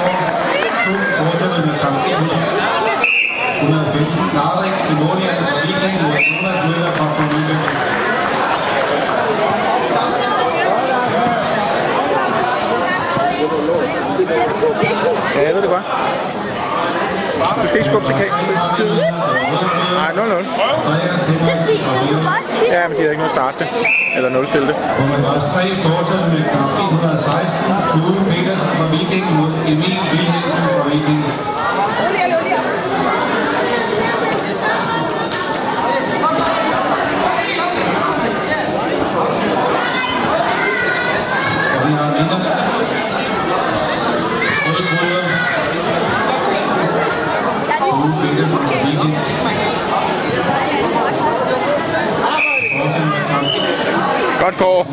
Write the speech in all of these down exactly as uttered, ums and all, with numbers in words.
Ja, jeg ved det godt. Du skal ikke skubbe til kameraet. Nej, nul nul. Ja, men de har ikke noget at starte det. Eller nulstille det. Nummer tre fortsætter med kamp et hundrede og seksten. Flue Petersen fra Viking mod Emil Vilhelmsen fra Viking. Og vi har vinder. Flue Petersen fra Viking. Godt gå.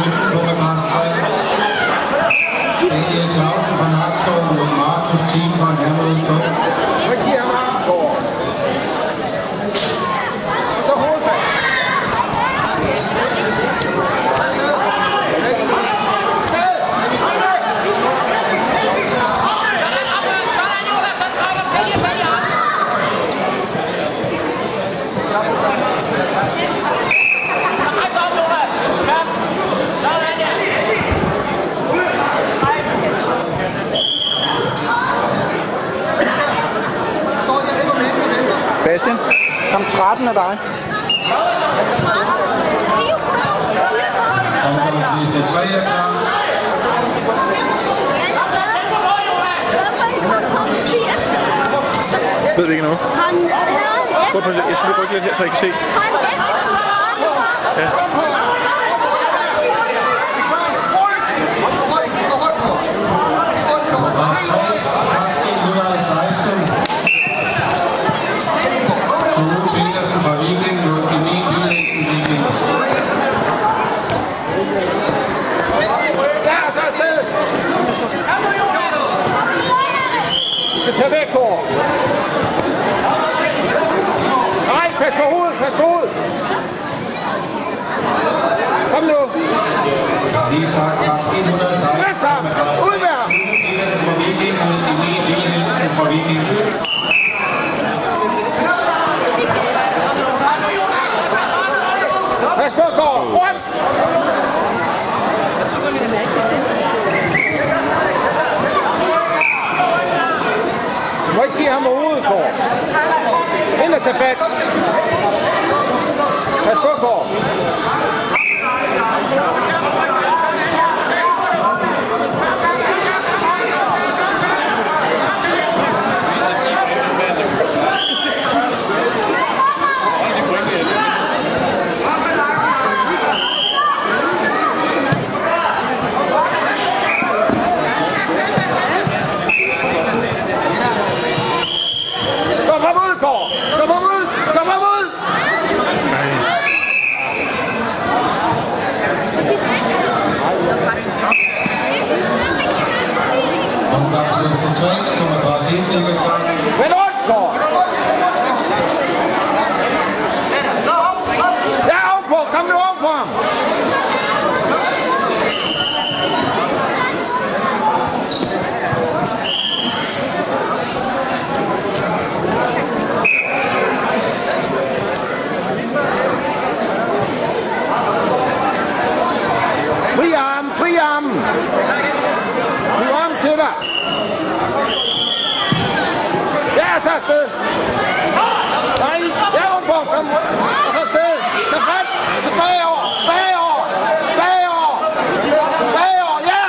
Bastian, kom tretten af dig. Ved det ikke nu? Prøv på, jeg skal rykke lidt her, så I kan se. Ja. Tag væk, Kåre! Nej, pas på hovedet, pas på hovedet! Kom nu! Det er sagt kamp et hundrede og seksten. Løft ham! Udvær! Fra Viking mod Emil Vilhelmsen fra Viking. Pas på, Kåre! Rundt! Du må ikke give ham hovedet, Kåre. Ind og tage fat. Pas på, Kåre. Vend rundt, Kåre! Ja, ovenpå! Kom nu ovenpå ham! Fri arm! Fri arm! Fri arm til dig! Ja, så afsted! Nej, ja, ovenpå, kom! Og så afsted! Så fat! Så bagover! Bagover! Bagover! Bagover, ja!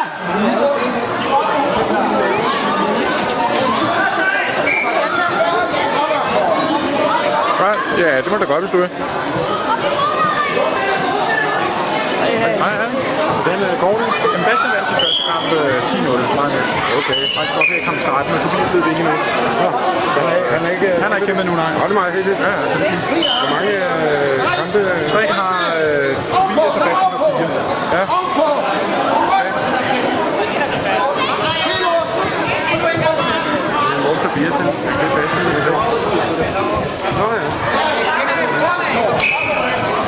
Ja, det må da godt, hvis du er. Hej, hej. Hej, hej. Den er Gordon. Den bedste vandt til første kamp ti nul. Okay. Faktisk godt, at kampen starten, men Tobias ved det ikke endnu. Han er ikke... Han har ikke kæmpet nu, nej. Hold meget, helt lidt. Ja, hvor mange kampe? Tre har Tobias og Bastian. Ja. Hvor er Tobias? Det er Bastian, det er det. Nå ja.